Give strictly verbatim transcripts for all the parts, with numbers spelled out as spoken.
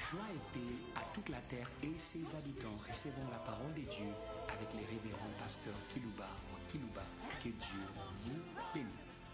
Joie et paix à toute la terre et ses habitants. Recevons la parole de Dieu avec les révérends pasteurs Kilouba ou Kilouba. Que Dieu vous bénisse.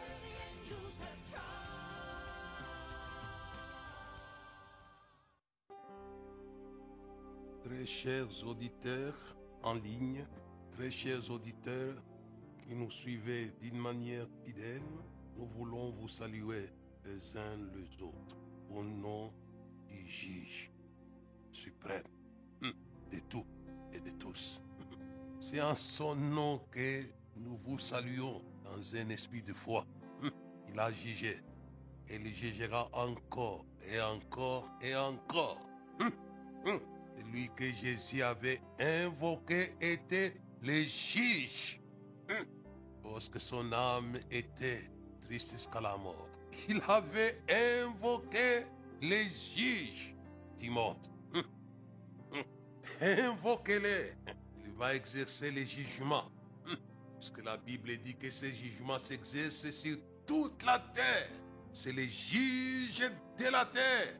Très chers auditeurs en ligne, très chers auditeurs qui nous suivez d'une manière fidèle, nous voulons vous saluer les uns les autres au nom du juge suprême de tout et de tous. C'est en son nom que nous vous saluons dans un esprit de foi. Il a jugé et il jugera encore et encore et encore. Celui que Jésus avait invoqué était le juge. Parce que son âme était triste jusqu'à la mort. Il avait invoqué les juges du monde. Invoquez-les. Il va exercer les jugements. Parce que la Bible dit que ces jugements s'exercent sur toute la terre. C'est les juges de la terre.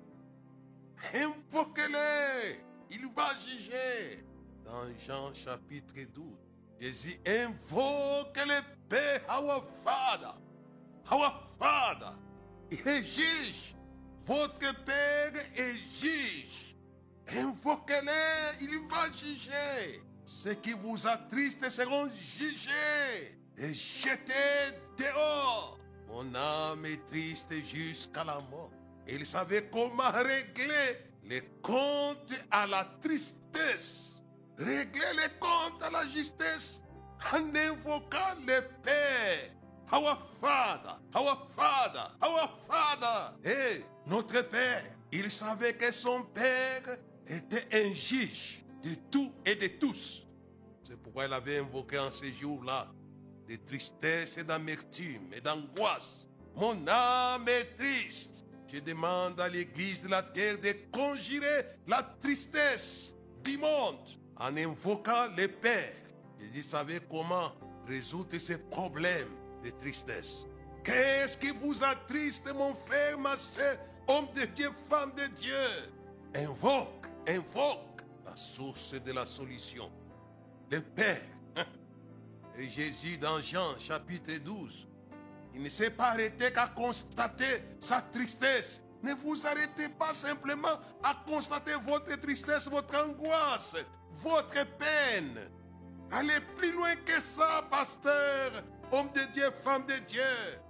Invoquez-les. Il va juger. Dans Jean chapitre douze, Jésus invoque le Père, our Father. Our Father. Il est juge. Votre Père est juge. Invoquez-le, il va juger. Ceux qui vous attristent seront jugés et jetés dehors. Mon âme est triste jusqu'à la mort. Il savait comment régler les comptes à la tristesse. Régler les comptes à la justesse en invoquant le Père. Our Father, our Father, our Father. Et notre Père, il savait que son Père était un juge de tout et de tous. C'est pourquoi il avait invoqué en ces jours-là de tristesse et d'amertume et d'angoisse. Mon âme est triste. Je demande à l'église de la terre de conjurer la tristesse du monde en invoquant le Père. Il savait comment résoudre ces problèmes de tristesse. Qu'est-ce qui vous attriste, mon frère, ma soeur, homme de Dieu, femme de Dieu? Invoque, invoque la source de la solution, le Père. Et Jésus, dans Jean chapitre douze, il ne s'est pas arrêté qu'à constater sa tristesse. Ne vous arrêtez pas simplement à constater votre tristesse, votre angoisse, votre peine. Allez plus loin que ça, pasteur, homme de Dieu, femme de Dieu.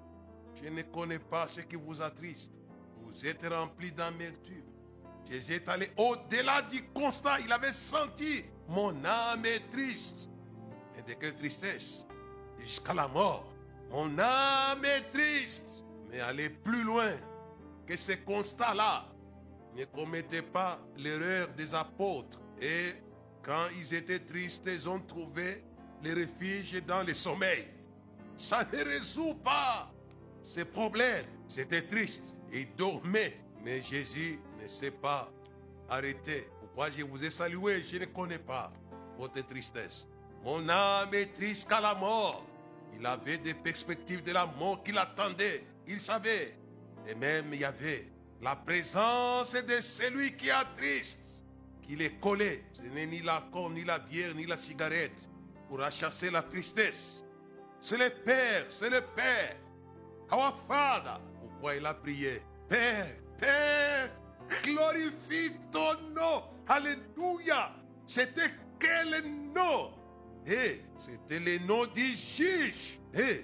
Je ne connais pas ce qui vous attriste. Vous êtes rempli d'amertume. Jésus est allé au-delà du constat. Il avait senti, mon âme est triste. Et de quelle tristesse? Jusqu'à la mort. Mon âme est triste. Mais allez plus loin que ce constat-là. Ne commettez pas l'erreur des apôtres. Et quand ils étaient tristes, ils ont trouvé le refuge dans le sommeil. Ça ne résout pas ces problèmes. C'était triste. Ils dormaient. Mais Jésus ne s'est pas arrêté. Pourquoi je vous ai salué? Je ne connais pas votre tristesse. Mon âme est triste qu'à la mort. Il avait des perspectives de la mort qui l'attendaient. Il savait. Et même il y avait la présence de celui qui est triste, qui les collait. Ce n'est ni l'alcool, ni la bière, ni la cigarette pour chasser la tristesse. C'est le Père, c'est le Père. Our Father. Pourquoi il a prié? Père, Père, glorifie ton nom. Alléluia. C'était quel nom? Et c'était le nom du juge. Et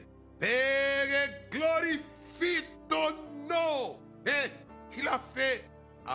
Père, glorifie ton nom. Et il a fait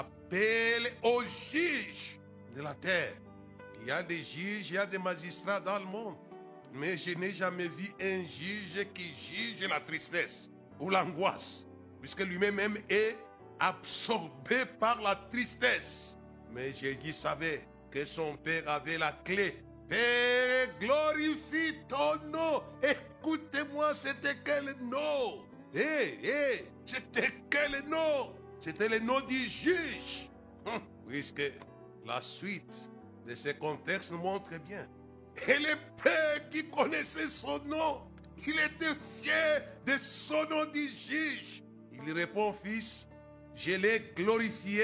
appel aux juges de la terre. Il y a des juges, il y a des magistrats dans le monde. Mais je n'ai jamais vu un juge qui juge la tristesse ou l'angoisse. Puisque lui-même est absorbé par la tristesse. Mais Jésus savait que son Père avait la clé. Père, glorifie ton nom. Écoutez-moi, c'était quel nom? Eh, hey, eh, hey, c'était quel nom? C'était le nom du juge. Hum, puisque la suite de ce contexte nous montre bien. Et le Père qui connaissait son nom, il était fier de son nom du juge. Il répond, fils, je l'ai glorifié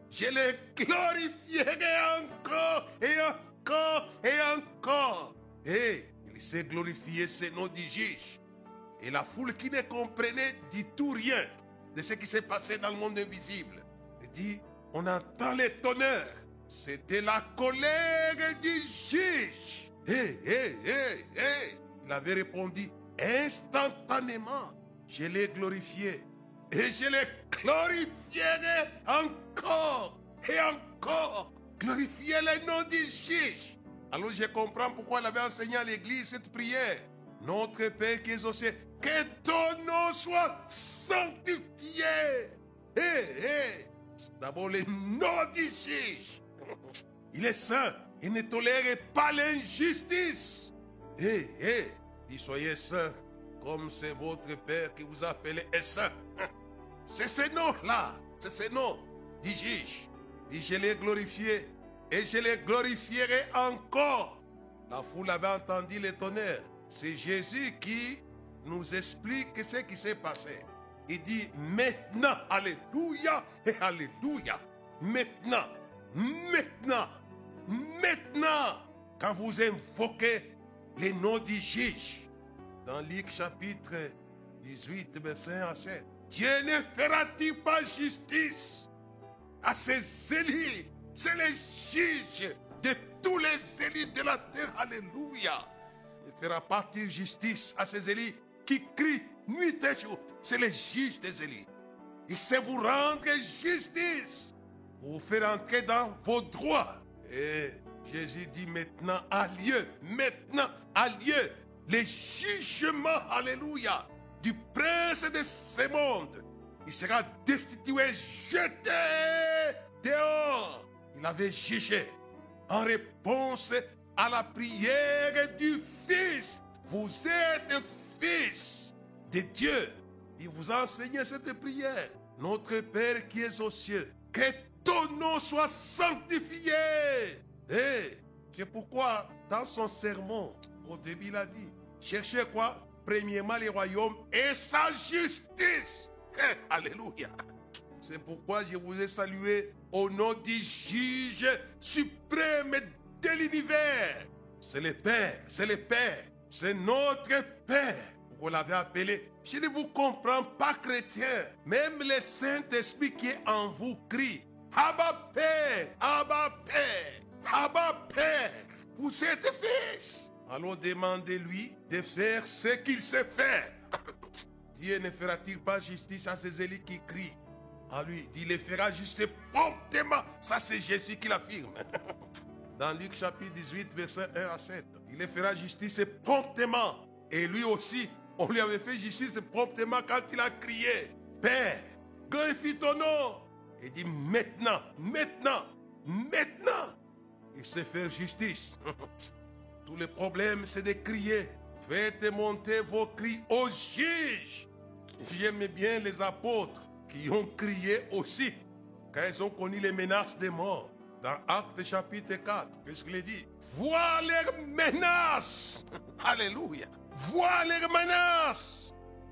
je les glorifierai encore et encore et encore. Et il s'est glorifié ce nom du juge. Et la foule qui ne comprenait du tout rien de ce qui s'est passé dans le monde invisible, il dit, on entend les tonnerres. C'était la colère du juge. Hé, hé, hé, hé. Il avait répondu instantanément, je l'ai glorifié. Et je les glorifierai encore et encore. Glorifier le nom du juge. Alors je comprends pourquoi il avait enseigné à l'église cette prière. Notre Père qui es aux cieux, que ton nom soit sanctifié. Hé, hé. D'abord le nom du juge. Il est saint. Il ne tolère pas l'injustice. Hé, hé. Dis soyez saints comme c'est votre Père qui vous appelle est saint. C'est ce nom-là, c'est ce nom du juge. Dit, je l'ai glorifié et je les glorifierai encore. La foule avait entendu les tonnerres. C'est Jésus qui nous explique ce qui s'est passé. Il dit maintenant, alléluia et alléluia. Maintenant, maintenant, maintenant, quand vous invoquez les noms du juge, dans Luc chapitre dix-huit, verset un à sept, Dieu ne fera-t-il pas justice à ses élus? C'est les juges de tous les élus de la terre. Alléluia. Il ne fera pas justice à ses élus qui crient nuit et jour. C'est les juges des élus. Il sait vous rendre justice, vous faire entrer dans vos droits. Et Jésus dit maintenant a lieu, maintenant a lieu les jugements, alléluia, du prince de ce monde. Il sera destitué, jeté dehors. Il avait jugé en réponse à la prière du Fils. Vous êtes fils de Dieu. Il vous a enseigné cette prière. Notre Père qui es aux cieux, que ton nom soit sanctifié. Et c'est pourquoi dans son sermon, au début il a dit, cherchez quoi? Premièrement les royaumes et sa justice. Eh, alléluia. C'est pourquoi je vous ai salué au nom du juge suprême de l'univers. C'est le Père, c'est le Père, c'est notre Père. Vous l'avez appelé. Je ne vous comprends pas, chrétien. Même le Saint-Esprit qui est en vous crie, Abba Père, Abba Père, Abba Père. Vous êtes fils. Alors demandez-lui de faire ce qu'il sait faire. Dieu ne fera-t-il pas justice à ses élus qui crient à lui? Il les fera justice promptement. Ça, c'est Jésus qui l'affirme. Dans Luc chapitre dix-huit, verset un à sept. Il les fera justice promptement. Et lui aussi, on lui avait fait justice promptement quand il a crié, Père, glorifie ton nom. Il dit maintenant, maintenant, maintenant, il sait faire justice. Tout le problème, c'est de crier. Faites monter vos cris aux juges. J'aime bien les apôtres qui ont crié aussi quand ils ont connu les menaces de mort. Dans Actes chapitre quatre, qu'est-ce qu'il dit? Vois les menaces. Alléluia. Vois les menaces.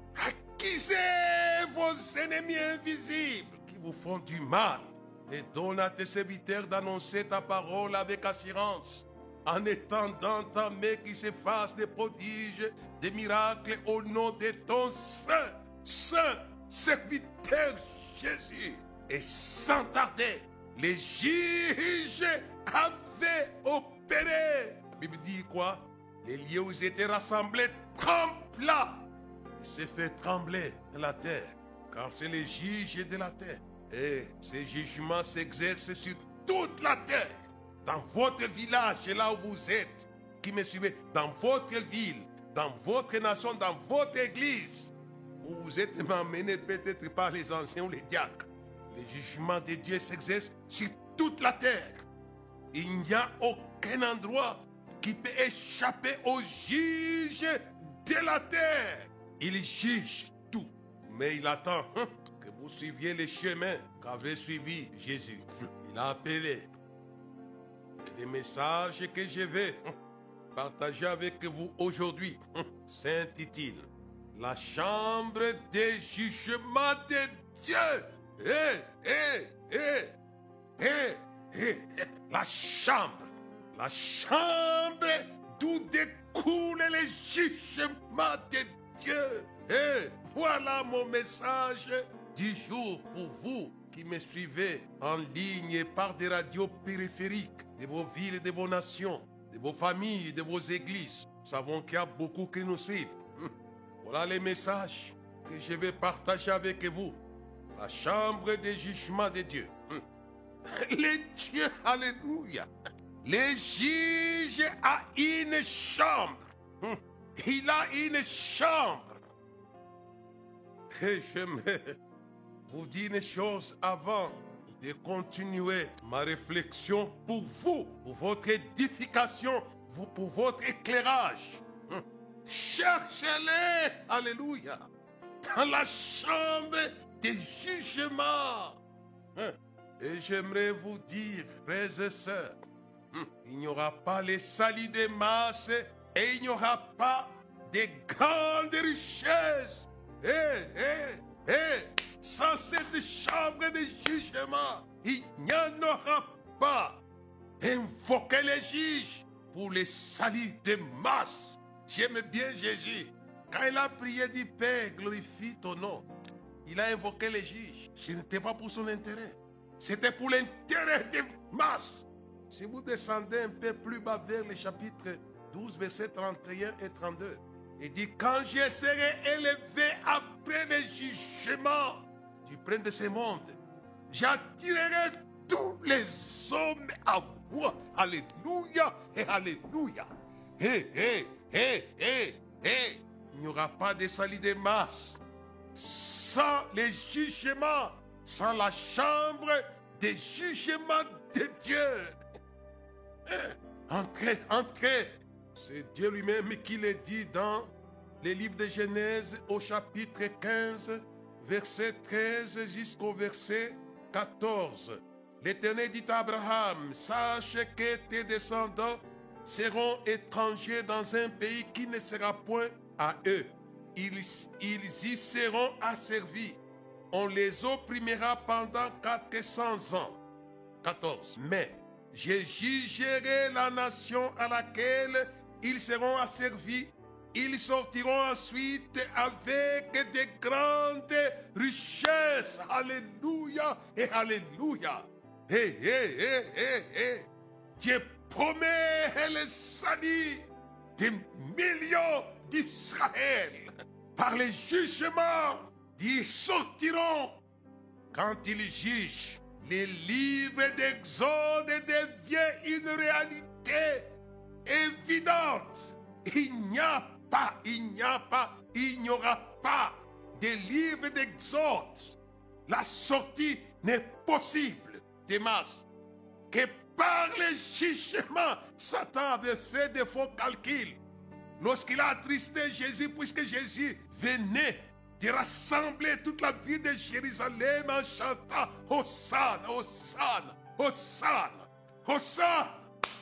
Accusez vos ennemis invisibles qui vous font du mal et donne à tes serviteurs d'annoncer ta parole avec assurance, en étendant ta main qui se fasse des prodiges, des miracles au nom de ton saint, saint serviteur Jésus. Et sans tarder, les juges avaient opéré. La Bible dit quoi? Les lieux où ils étaient rassemblés trembla. Il s'est fait trembler la terre, car c'est les juges de la terre. Et ces jugements s'exercent sur toute la terre. Dans votre village, là où vous êtes, qui me suivez, dans votre ville, dans votre nation, dans votre église, où vous êtes emmenés peut-être par les anciens ou les diacres. Les jugements de Dieu s'exercent sur toute la terre. Il n'y a aucun endroit qui peut échapper aux juges de la terre. Il juge tout, mais il attend hein, que vous suiviez les chemins qu'avait suivi Jésus. Il a appelé. Les messages que je vais partager avec vous aujourd'hui s'intitule La chambre des jugements de Dieu. Eh, eh, eh. hé, hé, la chambre, la chambre d'où découlent les jugements de Dieu. Et voilà mon message du jour pour vous qui me suivez en ligne et par des radios périphériques de vos villes et de vos nations, de vos familles, de vos églises. Nous savons qu'il y a beaucoup qui nous suivent. Voilà les messages que je vais partager avec vous. La chambre des jugements de Dieu. Les dieux, alléluia. Les juges a une chambre. Il a une chambre. Et j'aimerais vous dire une chose avant de continuer ma réflexion pour vous, pour votre édification, pour votre éclairage. Cherchez-les, alléluia, dans la chambre des jugements. Et j'aimerais vous dire, frères et sœurs, il n'y aura pas les salis des masses et il n'y aura pas de grandes richesses. Eh, eh, eh, sans cette chambre de jugement, il n'y en aura pas. Invoquez les juges pour les salis des masses. J'aime bien Jésus. Quand il a prié du Père, glorifie ton nom, il a invoqué les juges. Ce n'était pas pour son intérêt. C'était pour l'intérêt des masses. Si vous descendez un peu plus bas vers le chapitre douze, versets trente et un et trente-deux, il dit, quand je serai élevé après le jugement du prince de ce monde, j'attirerai tous les hommes à moi. Alléluia et alléluia. Hé, hé, hé, hé, hé. Il n'y aura pas de salut des masses sans les jugements, sans la chambre des jugements de Dieu. Entrez, entrez. C'est Dieu lui-même qui le dit dans le livre de Genèse au chapitre quinze, verset treize jusqu'au verset quatorze. L'Éternel dit à Abraham, sache que tes descendants seront étrangers dans un pays qui ne sera point à eux. Ils, ils y seront asservis. On les opprimera pendant quatre cents ans. quatorze. Mais je jugerai la nation à laquelle ils seront asservis. Ils sortiront ensuite avec de grandes richesses. Alléluia et alléluia. Hé, hé, hé, hé, hé. Dieu promet le salut des millions d'Israël. Par les jugements, ils sortiront. Quand ils jugent, les livres d'Exode devient une réalité évidente. Il n'y a pas, il n'y a pas, il n'y aura pas de livre d'Exode. La sortie n'est possible des masses que par les jugements. Satan avait fait de faux calculs lorsqu'il a attristé Jésus, puisque Jésus venait de rassembler toute la ville de Jérusalem en chantant Hosanna, Hosanna, Hosanna, Hosanna,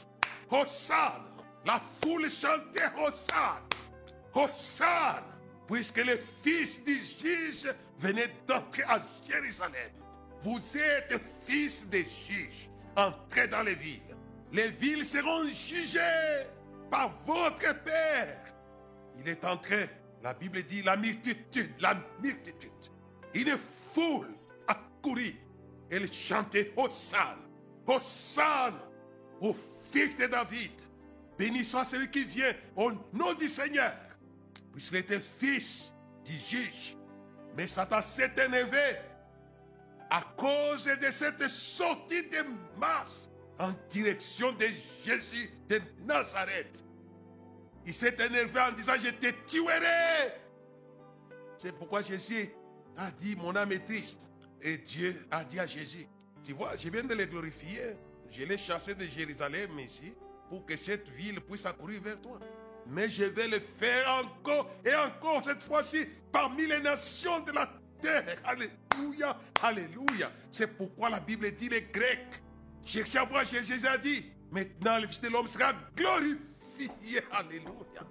Hosanna. La foule chantait Hosanna, Hosanna, puisque le fils du juge venait d'entrer à Jérusalem. Vous êtes fils des juges, entrez dans les villes. Les villes seront jugées par votre Père. Il est entré, la Bible dit, la multitude, la multitude. Une foule a couru. Elle chantait Hosanna, Hosanna au fils de David. Béni soit celui qui vient au nom du Seigneur. Puisqu'il était fils du juge. Mais Satan s'est énervé à cause de cette sortie de masse en direction de Jésus de Nazareth. Il s'est énervé en disant, je te tuerai. C'est pourquoi Jésus a dit, mon âme est triste. Et Dieu a dit à Jésus, tu vois, je viens de le glorifier. Je l'ai chassé de Jérusalem ici pour que cette ville puisse accourir vers toi. Mais je vais le faire encore et encore cette fois-ci parmi les nations de la terre. Alléluia, alléluia. C'est pourquoi la Bible dit les Grecs cherchaient à voir Jésus. Jésus a dit, maintenant le Fils de l'homme sera glorifié. Alléluia.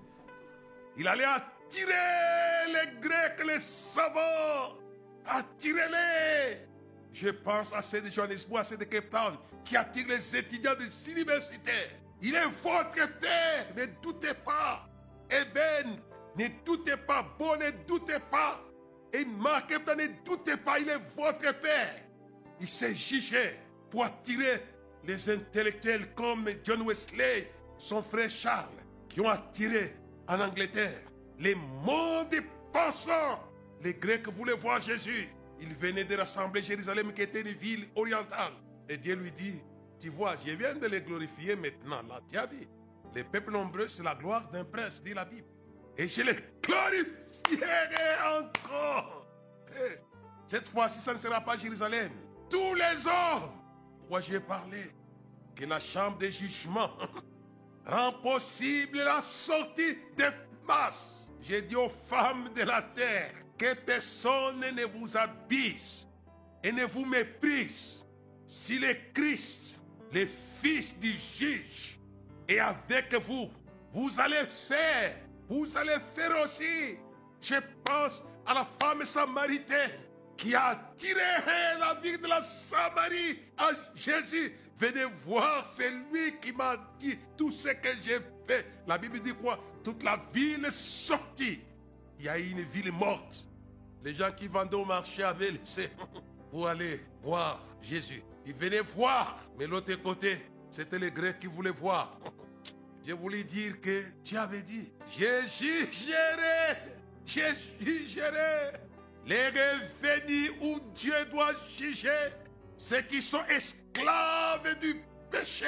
Il allait attirer les Grecs, les savants. Attirez-les Je pense à ceux de Johannesburg, à ceux de Cape Town, qui attirent les étudiants des universitaires. Il est votre Père, ne doutez pas. Eben, ne doutez pas. Bon, ne doutez pas. Et Mark, ne doutez pas, il est votre Père. Il s'est jugé pour attirer les intellectuels comme John Wesley, son frère Charles, qui ont attiré en Angleterre les mondes pensants. Les Grecs voulaient voir Jésus. Ils venaient de rassembler Jérusalem, qui était une ville orientale. Et Dieu lui dit, tu vois, je viens de les glorifier maintenant. Là, tu as vu, les peuples nombreux, c'est la gloire d'un prince, dit la Bible. Et je les glorifierai encore. Et cette fois-ci, ça ne sera pas Jérusalem. Tous les hommes, pourquoi j'ai parlé que la chambre de jugement rend possible la sortie des masses. J'ai dit aux femmes de la terre que personne ne vous abuse et ne vous méprise. Si le Christ, le Fils du juge, est avec vous, vous allez faire, vous allez faire aussi. Je pense à la femme samaritaine qui a attiré la ville de la Samarie à Jésus. Venez voir, c'est lui qui m'a dit tout ce que j'ai fait. La Bible dit quoi? Toute la ville est sortie. Il y a une ville morte. Les gens qui vendaient au marché avaient laissé pour aller voir Jésus. Ils venaient voir, mais l'autre côté, c'était les Grecs qui voulaient voir. Je voulais dire que tu avais dit, je jugerai, je jugerai les revenus où Dieu doit juger ceux qui sont esclaves du péché.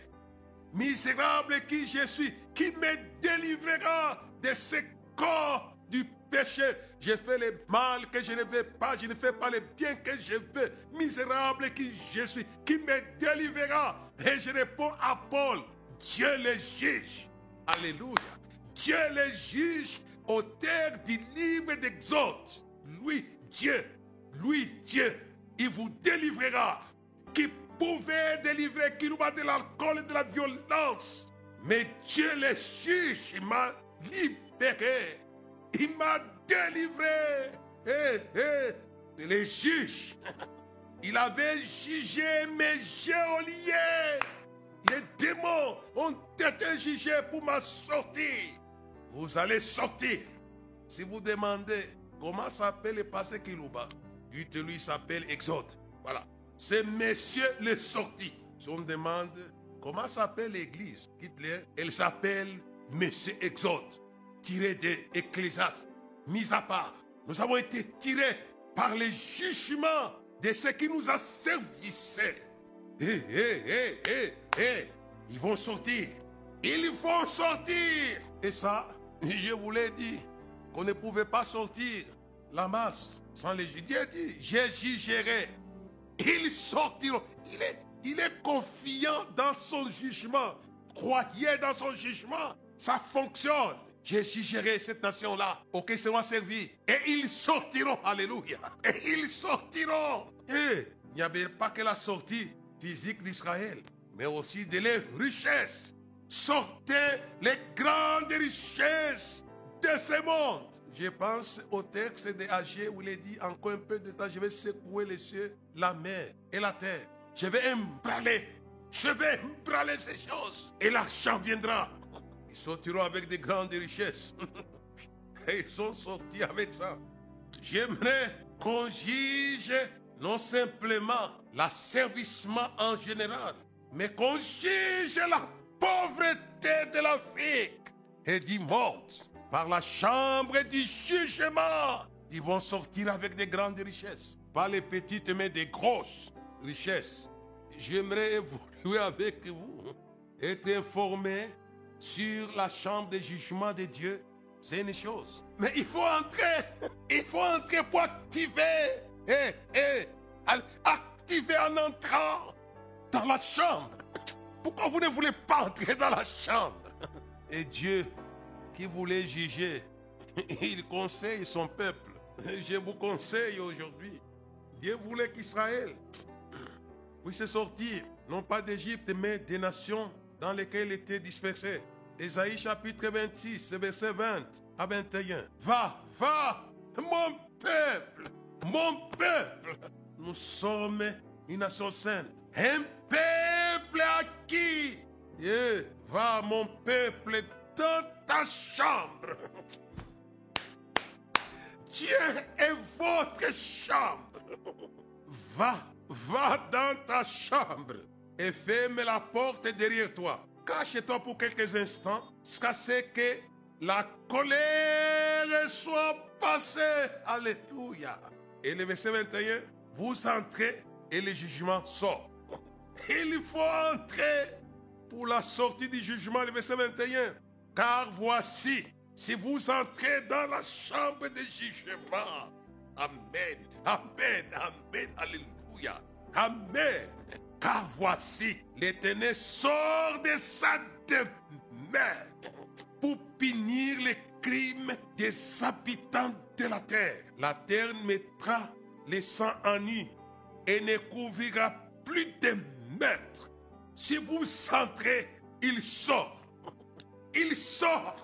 Misérable qui je suis, qui me délivrera de ce corps du péché. Je fais le mal que je ne veux pas, je ne fais pas le bien que je veux. Misérable qui je suis, qui me délivrera. Et je réponds à Paul, Dieu le juge. Alléluia. Dieu le juge, auteur du livre d'Exode. Lui, Dieu, lui, Dieu, il vous délivrera. Qui pouvait délivrer Kilouba de l'alcool et de la violence. Mais Dieu le juge, il m'a libéré. Il m'a délivré. Eh, eh, le juge, il avait jugé mes geôliers. Les démons ont été jugés pour ma sortie. Vous allez sortir. Si vous demandez comment s'appelle le passé Kilouba, dites-lui, il s'appelle Exode. Voilà. C'est Monsieur le sorti. Si on me demande comment s'appelle l'église, Hitler, elle s'appelle Monsieur Exode, tiré de Ecclésiaste, mis à part. Nous avons été tirés par le jugement de ce qui nous a servisé. Eh, eh, eh, eh, eh, ils vont sortir. Ils vont sortir. Et ça, je vous l'ai dit, qu'on ne pouvait pas sortir la masse sans les juger. Dieu dit, je jugerai. Ils sortiront. Il est, il est confiant dans son jugement. Croyez dans son jugement. Ça fonctionne. Je jugerai cette nation-là auquel seront servis. Et ils sortiront. Alléluia. Et ils sortiront. Et il n'y avait pas que la sortie physique d'Israël, mais aussi de les richesses. Sortez les grandes richesses de ce monde. Je pense au texte de Agé où il est dit, encore un peu de temps, je vais secouer les cieux, la mer et la terre. Je vais embraler, je vais embraler ces choses. Et l'argent viendra. Ils sortiront avec de grandes richesses. Et ils sont sortis avec ça. J'aimerais qu'on juge non simplement l'asservissement en général, mais qu'on juge la pauvreté de l'Afrique et du monde. Par la chambre du jugement, ils vont sortir avec de grandes richesses. Pas les petites, mais des grosses richesses. J'aimerais évoluer avec vous, être informé sur la chambre de jugement de Dieu. C'est une chose. Mais il faut entrer. Il faut entrer pour activer. Et, et, activer en entrant dans la chambre. Pourquoi vous ne voulez pas entrer dans la chambre? Et Dieu, qui voulait juger, il conseille son peuple. Je vous conseille aujourd'hui. Dieu voulait qu'Israël puisse sortir, non pas d'Égypte, mais des nations dans lesquelles il était dispersé. Ésaïe chapitre vingt-six, verset vingt à vingt et un. Va, va, mon peuple, mon peuple. nous sommes une nation sainte. Un peuple acquis. Et va mon peuple dans ta chambre. Dieu est votre chambre. Va, va dans ta chambre et ferme la porte derrière toi. Cache-toi pour quelques instants jusqu'à ce que la colère soit passée. Alléluia. Et le verset vingt et un, vous entrez et le jugement sort. Il faut entrer pour la sortie du jugement, le verset vingt et un. Car voici, si vous entrez dans la chambre de jugement, amen, amen, amen, alléluia, amen. Car voici, l'Éternel sort de sa demeure pour punir les crimes des habitants de la terre. La terre mettra les sang en nu et ne couvrira plus de meurtres. Si vous entrez, il sort. Il sort.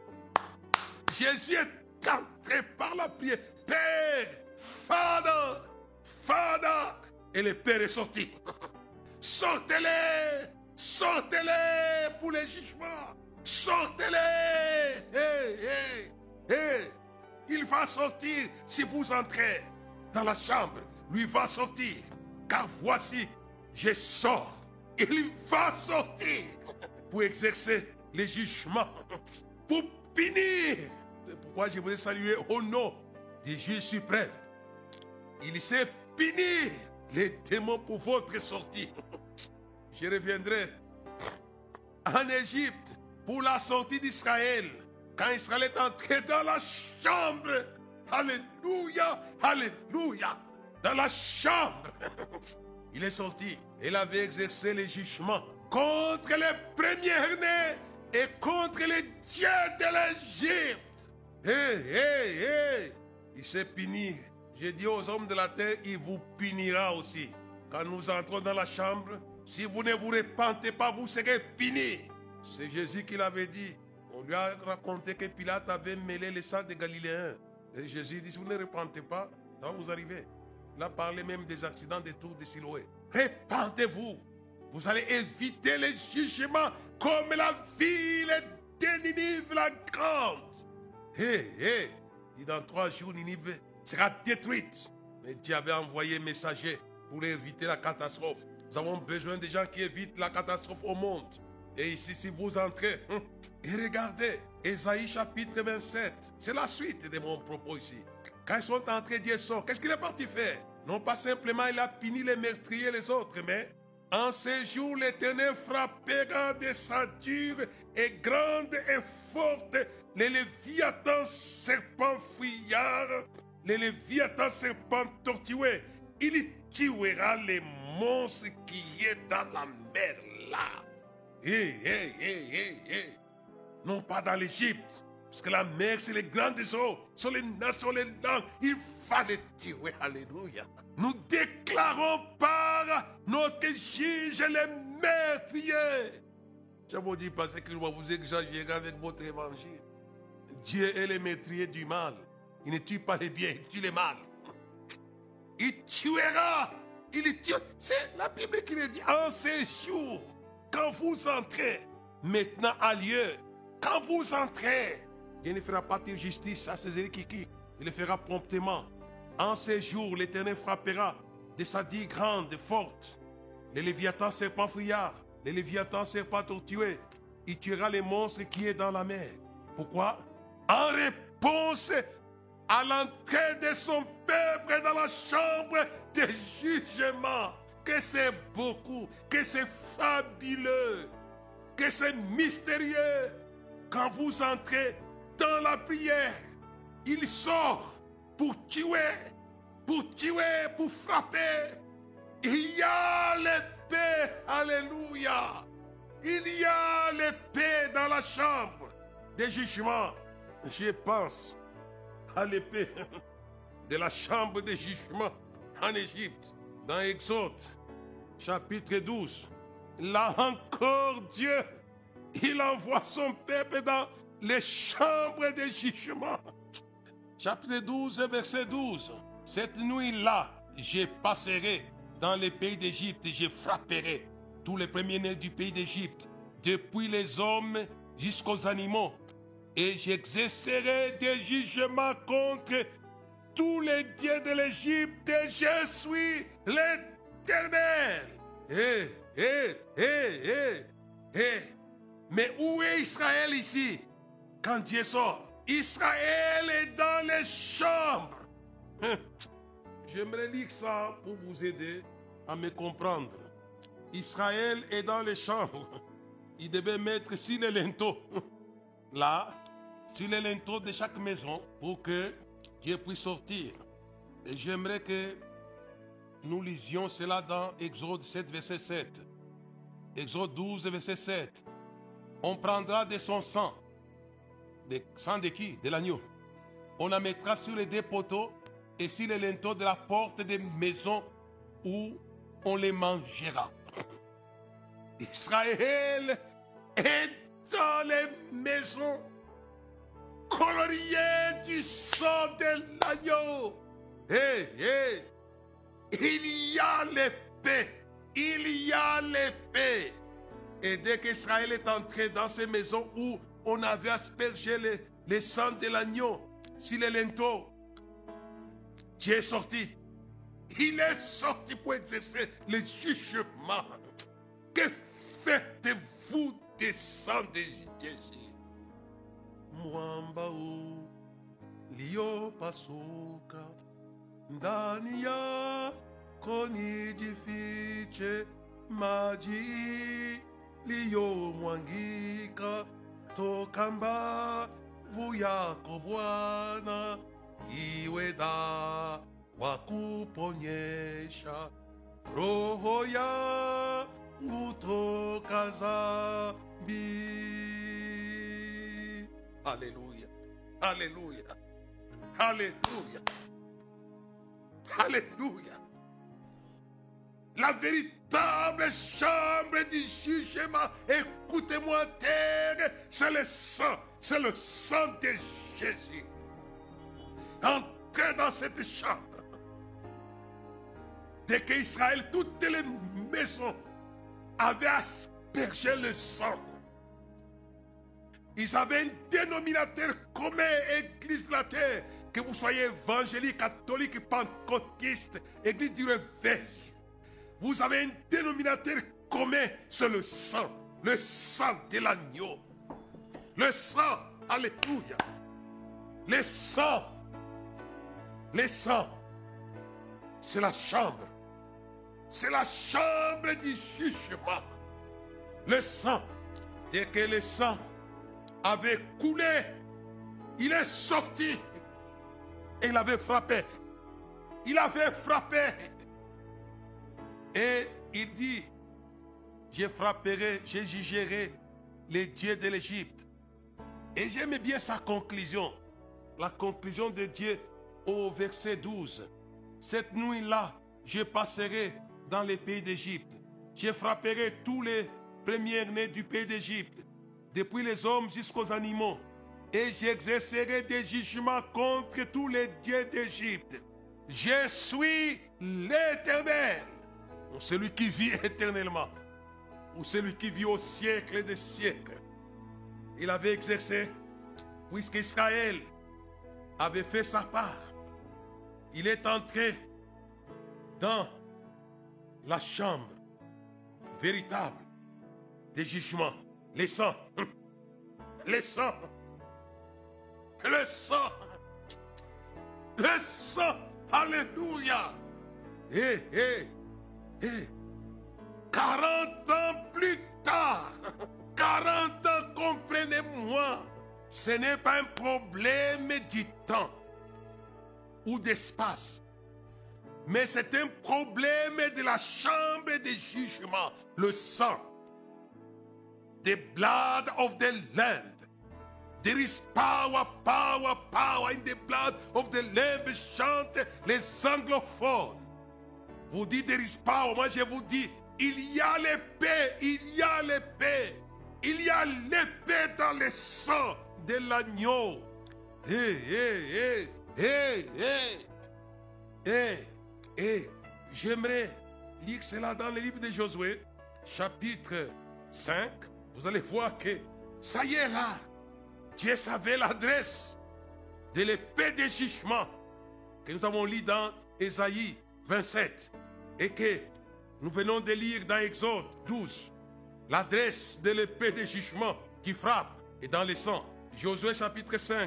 Jésus est entré par la prière. Père, Father, Father. Et le Père est sorti. Sortez-les, sortez-les pour les jugements. Sortez-les. Hey, hey, hey. Il va sortir si vous entrez dans la chambre. Lui va sortir. Car voici, je sors. Il va sortir pour exercer les jugements, pour punir. C'est pourquoi je voudrais saluer au nom du juge suprême. Il sait punir les démons pour votre sortie. Je reviendrai en Égypte pour la sortie d'Israël. Quand Israël est entré dans la chambre. Alléluia, alléluia. Dans la chambre. Il est sorti. Il avait exercé les jugements contre les premiers-nés et contre les dieux de l'Égypte. Hé, hé, hé. Il s'est puni. J'ai dit aux hommes de la terre, il vous punira aussi. Quand nous entrons dans la chambre, si vous ne vous repentez pas, vous serez punis. C'est Jésus qui l'avait dit. On lui a raconté que Pilate avait mêlé le sang des Galiléens. Et Jésus dit, si vous ne repentez pas, ça va vous arriver. Il a parlé même des accidents des tours de Siloé. Repentez-vous. Vous allez éviter les jugements comme la ville de Ninive la grande. Hé, hey, hé. Hey. Et dans trois jours, Ninive sera détruite. Mais Dieu avait envoyé un messager pour éviter la catastrophe. Nous avons besoin de gens qui évitent la catastrophe au monde. Et ici, si vous entrez, hum, et regardez, Ésaïe chapitre vingt-sept, c'est la suite de mon propos ici. Quand ils sont entrés, Dieu sort. Qu'est-ce qu'il est parti faire? Non pas simplement il a puni les meurtriers et les autres, mais en ces jours, l'Éternel frappera de sa dure et grande et forte les léviathans serpents fuyards, les léviathans serpents tortueux. Il tuera les monstres qui est dans la mer là. Hé, hé, hé, hé, hé. Non pas dans l'Égypte. Parce que la mer, c'est les grandes eaux. Sur les nations, les langues. Il va les tuer. Alléluia. Nous déclarons par notre juge les meurtriers. Je vous dis parce que vous exagérez avec votre évangile. Dieu est le meurtrier du mal. Il ne tue pas les biens, il tue les mal. Il tuera. Il tue. C'est la Bible qui le dit. En ces jours, quand vous entrez, maintenant a lieu. Quand vous entrez, Dieu ne fera pas de justice à ces équipes. Il le fera promptement. En ces jours, l'Éternel frappera de sa dix grande et forte. Les léviathans serpents fuyards, les léviathans serpents tortueux. Il tuera les monstres qui est dans la mer. Pourquoi? En réponse à l'entrée de son peuple dans la chambre de jugement. Que c'est beaucoup, que c'est fabuleux, que c'est mystérieux. Quand vous entrez dans la prière, il sort pour tuer, pour tuer, pour frapper. Il y a l'épée, alléluia. Il y a l'épée dans la chambre des jugements. Je pense à l'épée de la chambre des jugements en Égypte, dans Exode, chapitre douze. Là encore, Dieu, il envoie son peuple dans les chambres des jugements. Chapitre douze, verset douze. Cette nuit-là, je passerai dans les pays d'Égypte et je frapperai tous les premiers-nés du pays d'Égypte, depuis les hommes jusqu'aux animaux, et j'exercerai des jugements contre tous les dieux de l'Égypte. Je suis l'Éternel. Eh, eh, eh, eh, eh. Mais où est Israël ici quand Dieu sort? Israël est dans les chambres. J'aimerais lire ça pour vous aider à me comprendre. Israël est dans les chambres. Il devait mettre sur les linteaux, là, sur les linteaux de chaque maison, pour que Dieu puisse sortir. Et j'aimerais que nous lisions cela dans Exode sept, verset sept. Exode douze, verset sept. On prendra de son sang. De sang de qui? De l'agneau. On la mettra sur les deux poteaux et sur les linteaux de la porte des maisons où on les mangera. Israël est dans les maisons coloriées du sang de l'agneau. Hey, hey. Il y a l'épée. Il y a l'épée. Et dès qu'Israël est entré dans ces maisons où on avait aspergé le, le sang de l'agneau sur les linteaux, Dieu est sorti. Il est sorti pour exercer le jugement. Que faites-vous des sangs de Jésus? Mwambao lio pasuka ndani ya koni jifiche maji lio mwangika tokamba vuyako Bwana iwe da wakuponyesha roho ya ngutoka zambi. Alléluia, alléluia, alléluia, alléluia. La véritable chambre du jugement, écoutez-moi terre, c'est le sang, c'est le sang de Jésus. Entrez dans cette chambre. Dès qu'Israël, toutes les maisons avaient aspergé le sang, ils avaient un dénominateur commun, Église de la terre, que vous soyez évangélique, catholique, pentecôtiste, Église du réveil. Vous avez un dénominateur commun, c'est le sang, le sang de l'agneau. Le sang, alléluia. Le sang, le sang, c'est la chambre. C'est la chambre du jugement. Le sang, dès que le sang avait coulé, il est sorti et il avait frappé. Il avait frappé. Et il dit, je frapperai, je jugerai les dieux de l'Égypte. Et j'aime bien sa conclusion. La conclusion de Dieu au verset douze. Cette nuit-là, je passerai dans les pays d'Égypte. Je frapperai tous les premiers-nés du pays d'Égypte, depuis les hommes jusqu'aux animaux. Et j'exercerai des jugements contre tous les dieux d'Égypte. Je suis l'Éternel. Ou celui qui vit éternellement, ou celui qui vit au siècle des siècles. Il avait exercé, puisqu'Israël avait fait sa part. Il est entré dans la chambre véritable des jugements. Les sangs, les sangs, le sang, le sang, alléluia. Eh, eh. Et quarante ans plus tard, quarante ans, comprenez-moi, ce n'est pas un problème du temps ou d'espace, mais c'est un problème de la chambre de jugement, le sang, the blood of the Lamb. There is power, power, power in the blood of the Lamb, chantent les anglophones. Vous dites there is power, moi je vous dis, il y a l'épée, il y a l'épée, il y a l'épée dans le sang de l'agneau. Hé, hé, hé, hé, hé, hé. Et j'aimerais lire cela dans le livre de Josué, chapitre cinq. Vous allez voir que ça y est là. Dieu savait l'adresse de l'épée de jugement que nous avons lu dans Ésaïe vingt-sept et que nous venons de lire dans Exode douze. L'adresse de l'épée de jugement qui frappe est dans le sang. Josué chapitre cinq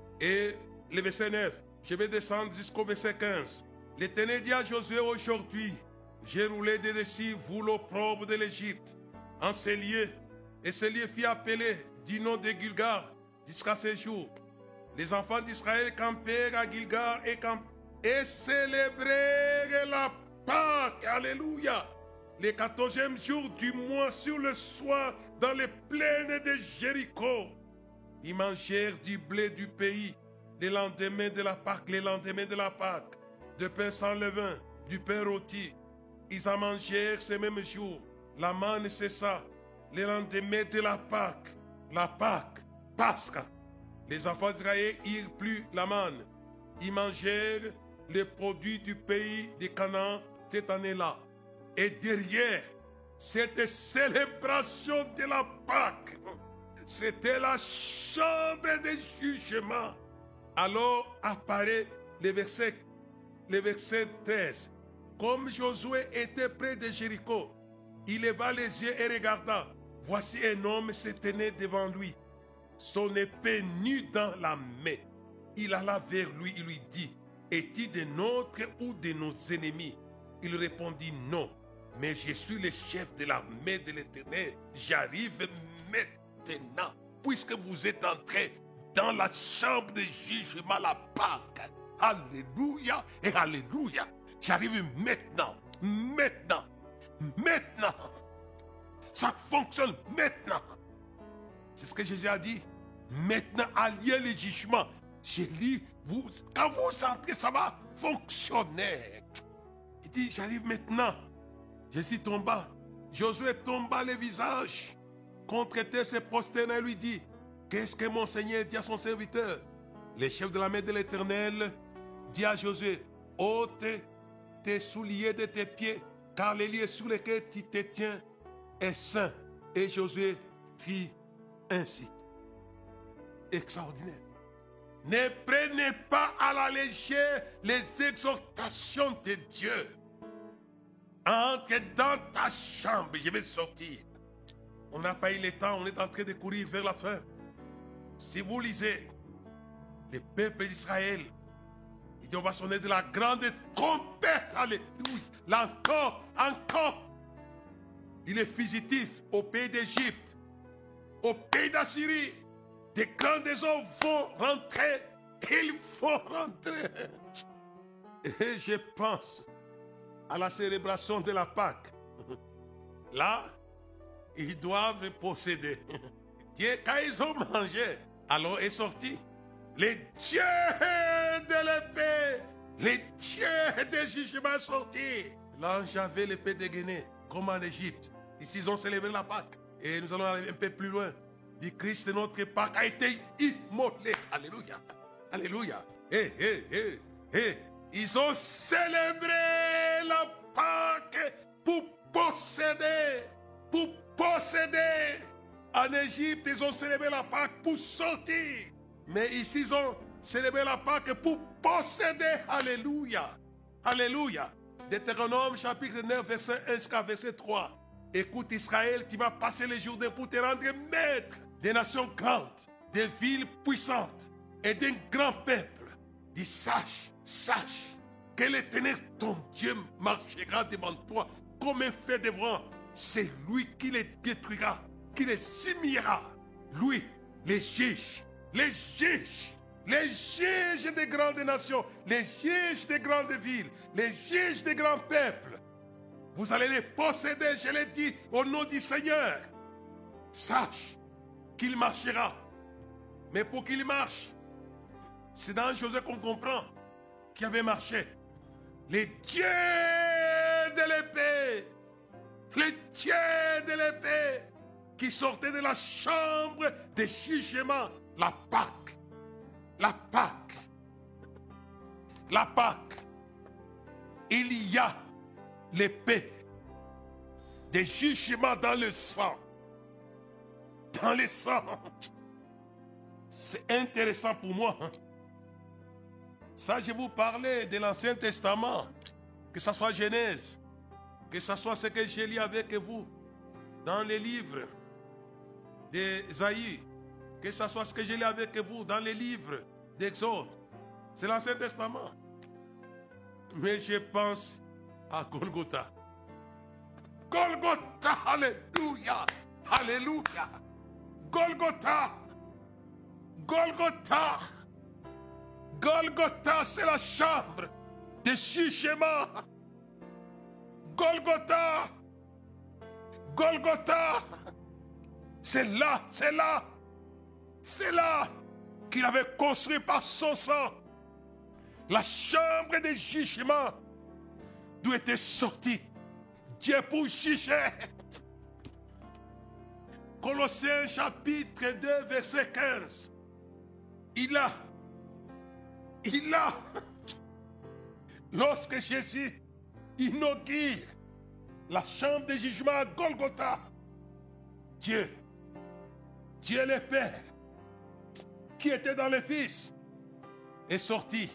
et le verset neuf. Je vais descendre jusqu'au verset quinze. L'Éternel dit à Josué aujourd'hui, j'ai roulé de dessus vous l'opprobre de l'Égypte en ces lieux, et ce lieu fut appelé du nom de Gilgal jusqu'à ce jour. Les enfants d'Israël campèrent à Gilgal et, camp... et célébrèrent la Pâque. Alléluia. Le quatorzième jour du mois sur le soir dans les plaines de Jéricho. Ils mangèrent du blé du pays le lendemain de la Pâque, le lendemain de la Pâque, de pain sans levain, du pain rôti. Ils en mangèrent ce même jour. La manne cessa le lendemain de la Pâque, la Pâque, Pascha. Les enfants d'Israël n'eurent plus la manne. Ils mangèrent les produits du pays de Canaan cette année-là. Et derrière cette célébration de la Pâque, c'était la chambre de jugement. Alors apparaît le verset, le verset treize. Comme Josué était près de Jéricho, il leva les yeux et regarda. Voici un homme se tenait devant lui, son épée nue dans la main. Il alla vers lui, il lui dit, es-tu de nôtres ou de nos ennemis? Il répondit, non, mais je suis le chef de l'armée de l'Éternel. J'arrive maintenant, puisque vous êtes entrés dans la chambre de jugement, la Pâque. Alléluia et alléluia. J'arrive maintenant, maintenant, maintenant. Ça fonctionne maintenant. C'est ce que Jésus a dit. Maintenant, alliez le jugement. J'ai lu, vous, quand vous entrez, ça va fonctionner. Il dit, j'arrive maintenant. Jésus tomba. Josué tomba le visage contre terre, se prosterna et lui dit, qu'est-ce que mon Seigneur dit à son serviteur? Le chef de l'armée de l'Éternel dit à Josué, ôte tes souliers de tes pieds, car les lieux sur lesquels tu te tiens est saint. Et Josué fit ainsi. Extraordinaire. Ne prenez pas à la légère les exhortations de Dieu. Entre dans ta chambre, je vais sortir. On n'a pas eu le temps, on est en train de courir vers la fin. Si vous lisez, le peuple d'Israël, il dit on va sonner de la grande trompette. Alléluia. Là encore, encore. Il est fugitif au pays d'Égypte, au pays d'Assyrie. Des grands hommes vont rentrer. Ils vont rentrer. Et je pense à la célébration de la Pâque. Là, ils doivent posséder. Dieu, quand ils ont mangé, alors est sorti les dieux de l'épée, les dieux de jugement sortis. L'ange avait l'épée dégainée, comme en Égypte. Ici, ils ont célébré la Pâque. Et nous allons aller un peu plus loin. Du Christ, notre Pâque a été immolé. Alléluia. Alléluia. Hé, hé, hé, hé. Ils ont célébré la Pâque pour posséder. Pour posséder. En Égypte, ils ont célébré la Pâque pour sortir. Mais ici, ils ont célébré la Pâque pour posséder. Alléluia. Alléluia. Deutéronome chapitre neuf, verset un jusqu'à verset trois. Écoute Israël, tu vas passer les jours pour te rendre maître des nations grandes, des villes puissantes et d'un grand peuple. Dis sache, sache que l'Éternel ton Dieu marchera devant toi comme un fer de vent. C'est lui qui les détruira, qui les humiliera. Lui, les juges, les juges, les juges des grandes nations, les juges des grandes villes, les juges des grands peuples. Vous allez les posséder, je l'ai dit, au nom du Seigneur. Sache qu'il marchera. Mais pour qu'il marche, c'est dans Josué qu'on comprend qu'il avait marché. Les dieux de l'épée, les dieux de l'épée qui sortaient de la chambre de jugement, la Pâque, la Pâque, la Pâque. il y a l'épée des jugements dans le sang. Dans le sang. C'est intéressant pour moi. Ça, je vous parlais de l'Ancien Testament. Que ce soit Genèse, que ce soit ce que j'ai lu avec vous dans les livres d'Ésaïe, que ce soit ce que j'ai lu avec vous dans les livres d'Exode. C'est l'Ancien Testament. Mais je pense à Golgotha. Golgotha, alléluia, alléluia. Golgotha, Golgotha, Golgotha, c'est la chambre de jugement. Golgotha, Golgotha, c'est là, c'est là, c'est là qu'il avait construit par son sang la chambre de jugement d'où était sorti Dieu pour juger. Colossiens chapitre deux, verset quinze. Il a, il a, lorsque Jésus inaugure la chambre de jugement à Golgotha, Dieu, Dieu le Père, qui était dans le Fils, est sorti.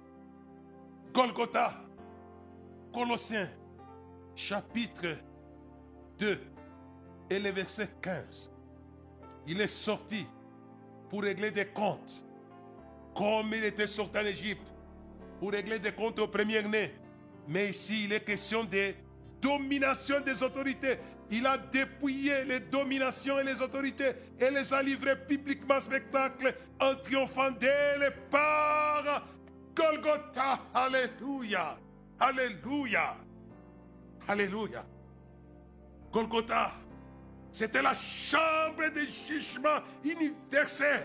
Golgotha, Colossiens chapitre deux et le verset quinze. Il est sorti pour régler des comptes, comme il était sorti en Égypte, pour régler des comptes aux premiers-nés. Mais ici, il est question de domination des autorités. Il a dépouillé les dominations et les autorités et les a livrées publiquement en spectacle en triomphant d'elles par Golgotha. Alléluia, alléluia, alléluia. Golgotha, c'était la chambre de jugement universel.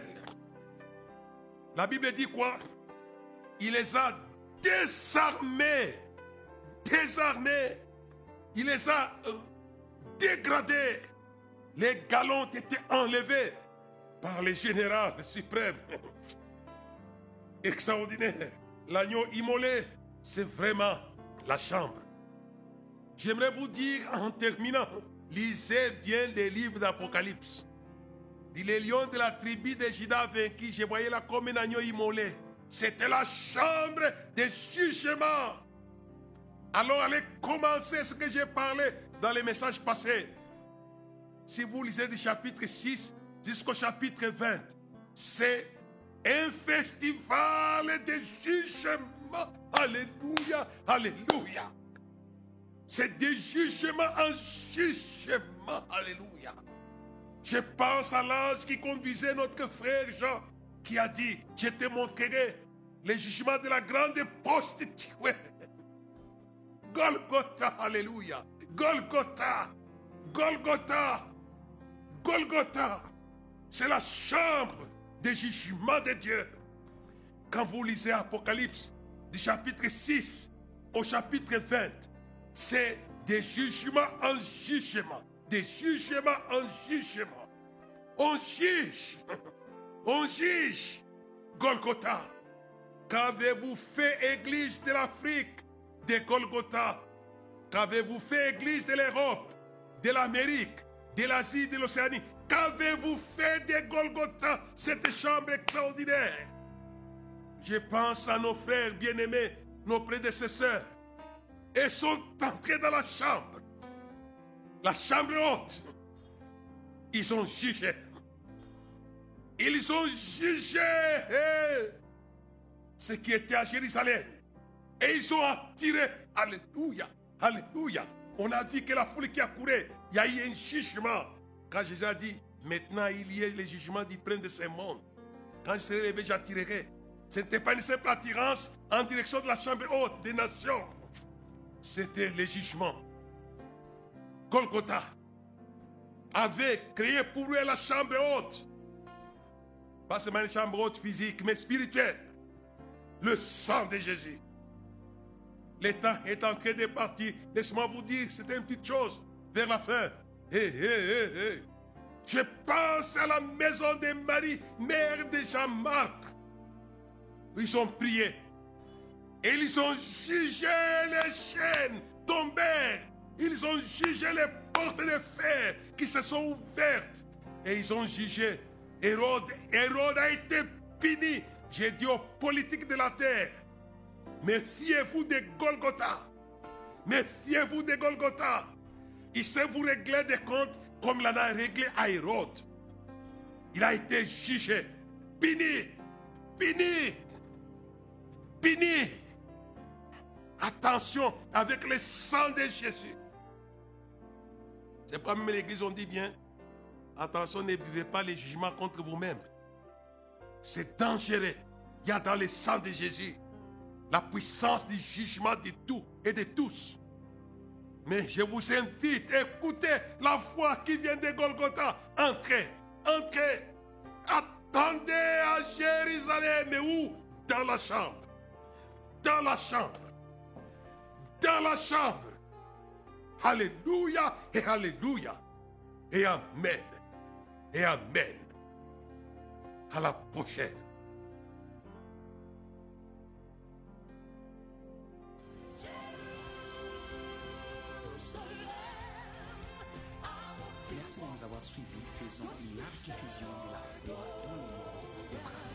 La Bible dit quoi? Il les a désarmés, désarmés. Il les a euh, dégradés. Les galons ont été enlevés par le général suprême. Extraordinaire. L'agneau immolé, c'est vraiment la chambre. J'aimerais vous dire en terminant, lisez bien les livres d'Apocalypse. Les lions de la tribu de Juda vaincu, je voyais là comme un agneau immolé. C'était la chambre de jugement. Alors allez commencer ce que j'ai parlé dans les messages passés. Si vous lisez du chapitre six jusqu'au chapitre vingt, c'est un festival de jugement. Alléluia, alléluia. C'est des jugements en jugement. Alléluia. Je pense à l'ange qui conduisait notre frère Jean, qui a dit, je te montrerai les jugements de la grande prostituée. Golgotha, alléluia. Golgotha, Golgotha, Golgotha. C'est la chambre des jugements de Dieu. Quand vous lisez Apocalypse, du chapitre six au chapitre vingt, c'est des jugements en jugement. Des jugements en jugement. On juge. On juge. Golgotha. Qu'avez-vous fait, Église de l'Afrique, de Golgotha? Qu'avez-vous fait, Église de l'Europe, de l'Amérique, de l'Asie, de l'Océanie? Qu'avez-vous fait de Golgotha, cette chambre extraordinaire? Je pense à nos frères bien-aimés, nos prédécesseurs. Ils sont entrés dans la chambre. La chambre haute. Ils ont jugé. Ils ont jugé ce qui était à Jérusalem. Et ils ont attiré. Alléluia. Alléluia. On a vu que la foule qui a couru, il y a eu un jugement. Quand Jésus a dit, maintenant il y a le jugement du prince de ce monde. Quand je serai levé, j'attirerai. Ce n'était pas une simple attirance en direction de la chambre haute des nations. C'était le jugement. Golgotha avait créé pour eux la chambre haute. Pas seulement une chambre haute physique, mais spirituelle. Le sang de Jésus. Le temps est en train de partir. Laissez-moi vous dire, c'était une petite chose vers la fin. Hé, hé, hé, hé. Je pense à la maison de Marie, mère de Jean-Marc. Ils ont prié. Et ils ont jugé les chaînes tombèrent. Ils ont jugé les portes de fer qui se sont ouvertes. Et ils ont jugé. Hérode, Hérode a été puni. J'ai dit aux politiques de la terre, méfiez-vous de Golgotha. Méfiez-vous de Golgotha. Il sait vous régler des comptes comme il en a réglé à Hérode. Il a été jugé, puni, puni, puni. Attention avec le sang de Jésus. C'est pourquoi même l'église on dit bien, attention, ne buvez pas les jugements contre vous-même. C'est dangereux. Il y a dans le sang de Jésus la puissance du jugement de tout et de tous. Mais je vous invite, écoutez la foi qui vient de Golgotha. Entrez, entrez. Attendez à Jérusalem. Mais où? Dans la chambre. Dans la chambre. Dans la chambre. Alléluia et alléluia. Et amen. Et amen. À la prochaine. Merci de nous avoir suivis. Faisons une large diffusion de la foi dans le monde au travers